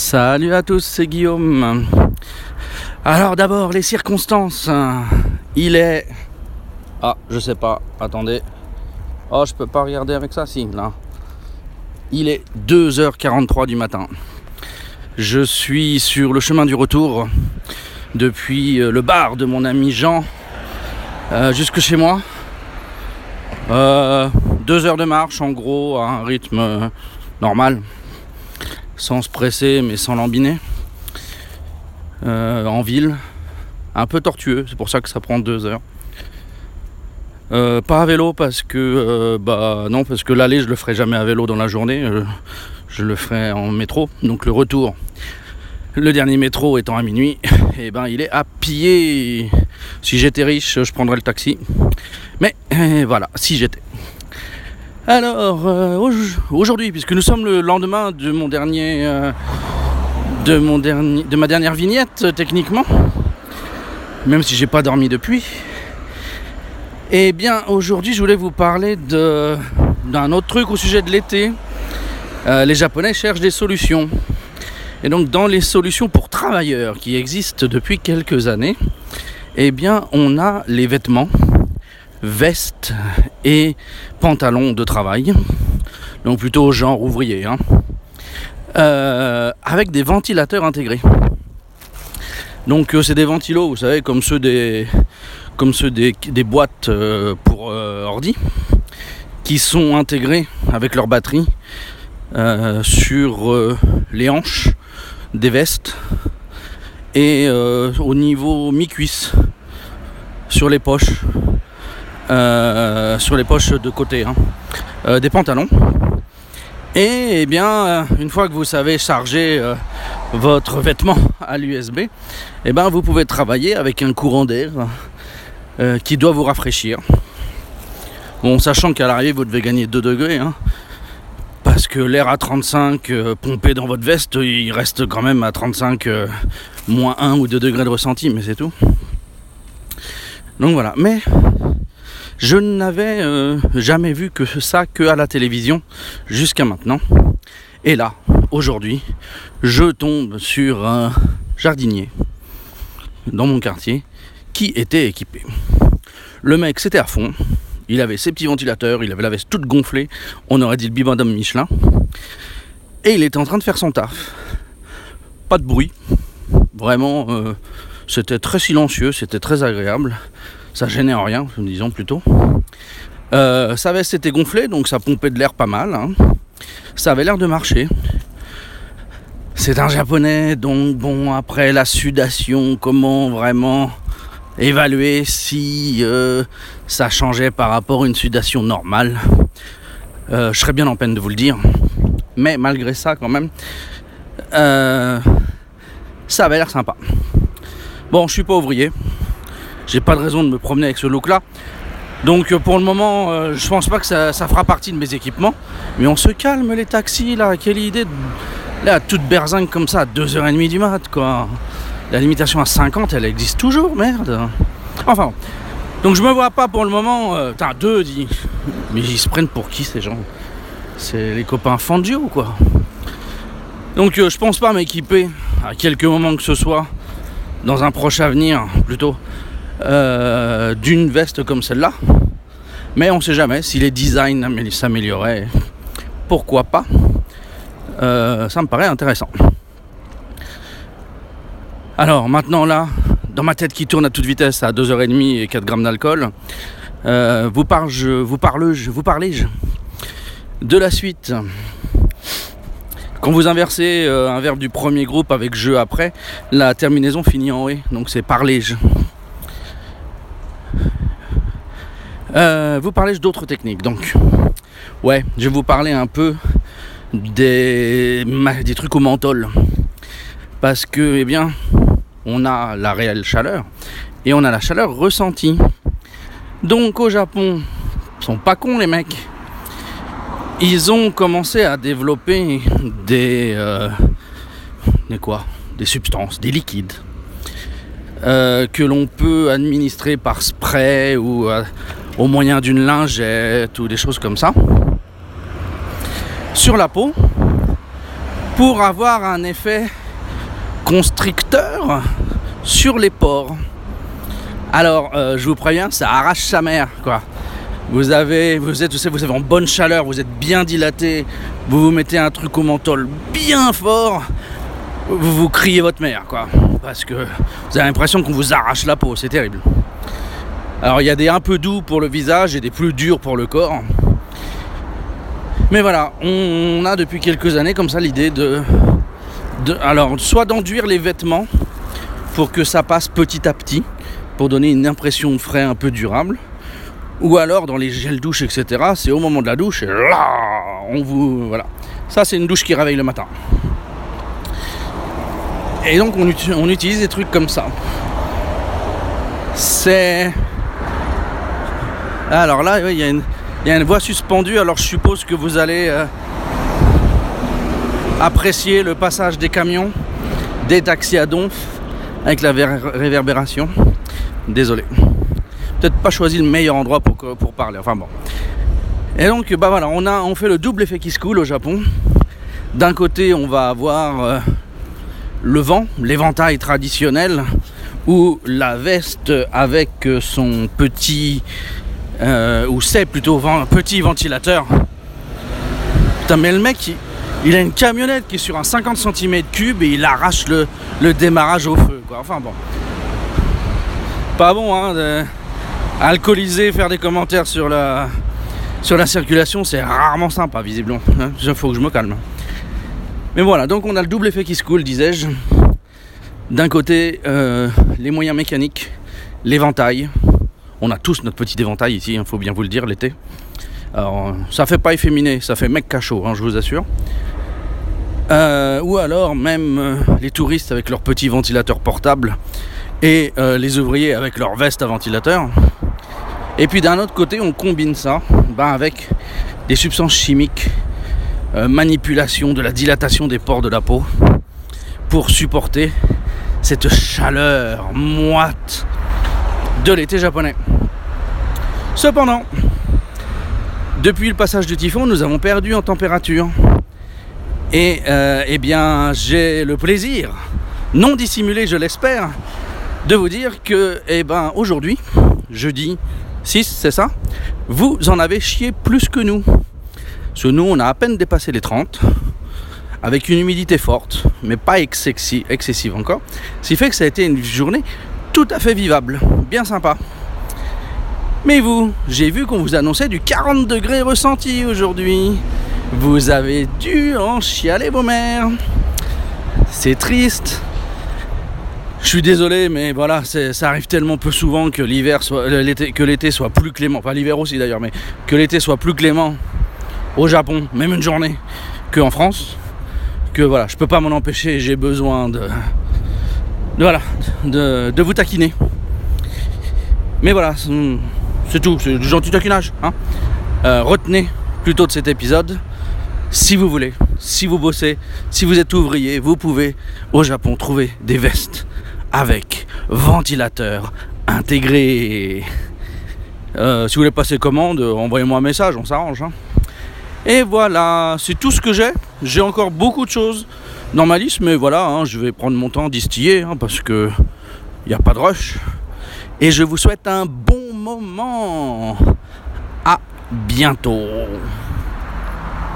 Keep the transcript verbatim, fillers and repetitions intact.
Salut à tous, c'est Guillaume. Alors d'abord les circonstances. Il est... Ah, je sais pas, attendez. Oh, je peux pas regarder avec ça, si, là. Il est deux heures quarante-trois du matin. Je suis sur le chemin du retour depuis le bar de mon ami Jean euh, jusque chez moi. Euh, deux heures de marche en gros, à un rythme euh, normal, sans se presser mais sans lambiner. Euh, en ville, un peu tortueux, c'est pour ça que ça prend deux heures. Euh, pas à vélo parce que euh, bah non parce que l'aller je le ferai jamais à vélo dans la journée, euh, je le ferai en métro. Donc le retour, le dernier métro étant à minuit, et ben il est à pied. Si j'étais riche, je prendrais le taxi. Mais euh, voilà, si j'étais. Alors euh, aujourd'hui, puisque nous sommes le lendemain de mon dernier, euh, de mon dernier, de ma dernière vignette techniquement, même si j'ai pas dormi depuis. Eh bien, aujourd'hui, je voulais vous parler de, d'un autre truc au sujet de l'été. Euh, les Japonais cherchent des solutions. Et donc, dans les solutions pour travailleurs qui existent depuis quelques années, eh bien, on a les vêtements, vestes et pantalons de travail. Donc, plutôt genre ouvrier, hein. Euh, avec des ventilateurs intégrés. Donc, euh, c'est des ventilos, vous savez, comme ceux des... comme ceux des, des boîtes euh, pour euh, ordi, qui sont intégrés avec leur batterie euh, sur euh, les hanches des vestes et euh, au niveau mi-cuisse sur les poches, euh, sur les poches de côté hein, euh, des pantalons. Et, eh bien, une fois que vous savez charger euh, votre vêtement à l'U S B, eh ben, vous pouvez travailler avec un courant d'air Euh, qui doit vous rafraîchir. Bon, sachant qu'à l'arrivée vous devez gagner deux degrés hein, parce que l'air à trente-cinq euh, pompé dans votre veste, il reste quand même à trente-cinq euh, moins un ou deux degrés de ressenti, mais c'est tout. Donc voilà, mais je n'avais euh, jamais vu que ça que à la télévision jusqu'à maintenant. Et là, aujourd'hui, je tombe sur un jardinier dans mon quartier qui était équipé. Le mec c'était à fond, il avait ses petits ventilateurs, il avait la veste toute gonflée, on aurait dit le bibendum Michelin, et il était en train de faire son taf. Pas de bruit, vraiment, euh, c'était très silencieux, c'était très agréable, ça gênait en rien, disons plutôt. Euh, sa veste était gonflée, donc ça pompait de l'air pas mal, hein. Ça avait l'air de marcher. C'est un japonais, donc bon, après la sudation, comment vraiment évaluer si euh, ça changeait par rapport à une sudation normale. Euh, je serais bien en peine de vous le dire. Mais malgré ça, quand même, euh, ça avait l'air sympa. Bon, je suis pas ouvrier. J'ai pas de raison de me promener avec ce look-là. Donc pour le moment, euh, je pense pas que ça, ça fera partie de mes équipements. Mais on se calme les taxis, là. Quelle idée de... Là, toute berzingue comme ça, à deux heures trente du mat, quoi. La limitation à cinquante, elle existe toujours, merde. Enfin, donc je me vois pas pour le moment. Euh, Putain, deux, dit. Mais ils se prennent pour qui ces gens? C'est les copains Fangio ou quoi? Donc euh, je pense pas m'équiper à quelques moments que ce soit, dans un proche avenir plutôt, euh, d'une veste comme celle-là. Mais on sait jamais si les designs s'amélioraient. Pourquoi pas? euh, Ça me paraît intéressant. Alors maintenant là, dans ma tête qui tourne à toute vitesse à deux heures trente et quatre grammes d'alcool, euh, vous parle, je, vous parle, je, vous parlez-je de la suite. Quand vous inversez euh, un verbe du premier groupe avec je après, la terminaison finit en et, donc c'est parlez-je. Euh, vous parlez-je d'autres techniques, donc ouais, je vais vous parler un peu des, des trucs au menthol. Parce que, eh bien, on a la réelle chaleur et on a la chaleur ressentie. Donc au Japon, ils sont pas cons les mecs. Ils ont commencé à développer des, euh, des quoi, des substances, des liquides euh, que l'on peut administrer par spray ou euh, au moyen d'une lingette ou des choses comme ça sur la peau pour avoir un effet constricteur sur les pores. Alors, euh, je vous préviens, ça arrache sa mère, quoi. Vous avez, vous êtes, vous savez, vous êtes en bonne chaleur, vous êtes bien dilaté, vous vous mettez un truc au menthol bien fort, vous vous criez votre mère, quoi. Parce que vous avez l'impression qu'on vous arrache la peau, c'est terrible. Alors, il y a des un peu doux pour le visage et des plus durs pour le corps. Mais voilà, on, on a depuis quelques années comme ça l'idée de, de, alors, soit d'enduire les vêtements pour que ça passe petit à petit, pour donner une impression de frais un peu durable. Ou alors dans les gels douche, et cetera, c'est au moment de la douche, et là, on vous... Voilà. Ça, c'est une douche qui réveille le matin. Et donc, on, utilise, on utilise des trucs comme ça. C'est... Alors là, il y, y a une voie suspendue, alors je suppose que vous allez euh, apprécier le passage des camions, des taxis à donf, avec la réverbération. Désolé. Peut-être pas choisi le meilleur endroit pour, pour parler, enfin bon. Et donc, bah voilà, on, a, on fait le double effet qui se coule au Japon. D'un côté, on va avoir euh, le vent, l'éventail traditionnel, ou la veste avec son petit, euh, ou c'est plutôt vent, petit ventilateur. Putain, mais le mec, il, il a une camionnette qui est sur un cinquante centimètres cubes et il arrache le, le démarrage au feu, quoi. Enfin bon. Pas bon, hein, de... alcooliser, faire des commentaires sur la, sur la circulation, c'est rarement sympa, visiblement. Il faut que je me calme. Mais voilà, donc on a le double effet qui se coule, disais-je. D'un côté, euh, les moyens mécaniques, l'éventail. On a tous notre petit éventail ici, il hein, faut bien vous le dire, l'été. Alors, ça fait pas efféminé, ça fait mec cachot, hein, je vous assure. Euh, ou alors même euh, les touristes avec leurs petits ventilateurs portables. Et euh, les ouvriers avec leur veste à ventilateur. Et puis d'un autre côté, on combine ça ben, avec des substances chimiques, euh, manipulation de la dilatation des pores de la peau, pour supporter cette chaleur moite de l'été japonais. Cependant, depuis le passage du typhon, nous avons perdu en température. Et euh, eh bien, j'ai le plaisir, non dissimulé, je l'espère, de vous dire que, eh ben, aujourd'hui, jeudi six, c'est ça, vous en avez chié plus que nous. Parce que nous, on a à peine dépassé les trente, avec une humidité forte, mais pas excessi- excessive encore. Ce qui fait que ça a été une journée tout à fait vivable, bien sympa. Mais vous, j'ai vu qu'on vous annonçait du quarante degrés ressenti aujourd'hui. Vous avez dû en chialer vos mères. C'est triste. Je suis désolé, mais voilà, c'est, ça arrive tellement peu souvent que l'hiver soit, l'été, que l'été soit plus clément. Enfin, l'hiver aussi d'ailleurs, mais que l'été soit plus clément au Japon, même une journée, qu'en France. Que voilà, je peux pas m'en empêcher. J'ai besoin de, de voilà, de, de vous taquiner. Mais voilà, c'est tout. C'est du gentil taquinage. Hein. Euh, retenez plutôt de cet épisode. Si vous voulez, si vous bossez, si vous êtes ouvrier, vous pouvez au Japon trouver des vestes avec ventilateur intégré. Euh, si vous voulez passer commande, envoyez-moi un message, on s'arrange. Hein. Et voilà, c'est tout ce que j'ai. J'ai encore beaucoup de choses dans ma liste, mais voilà, hein, je vais prendre mon temps distiller hein, parce que il n'y a pas de rush. Et je vous souhaite un bon moment. À bientôt.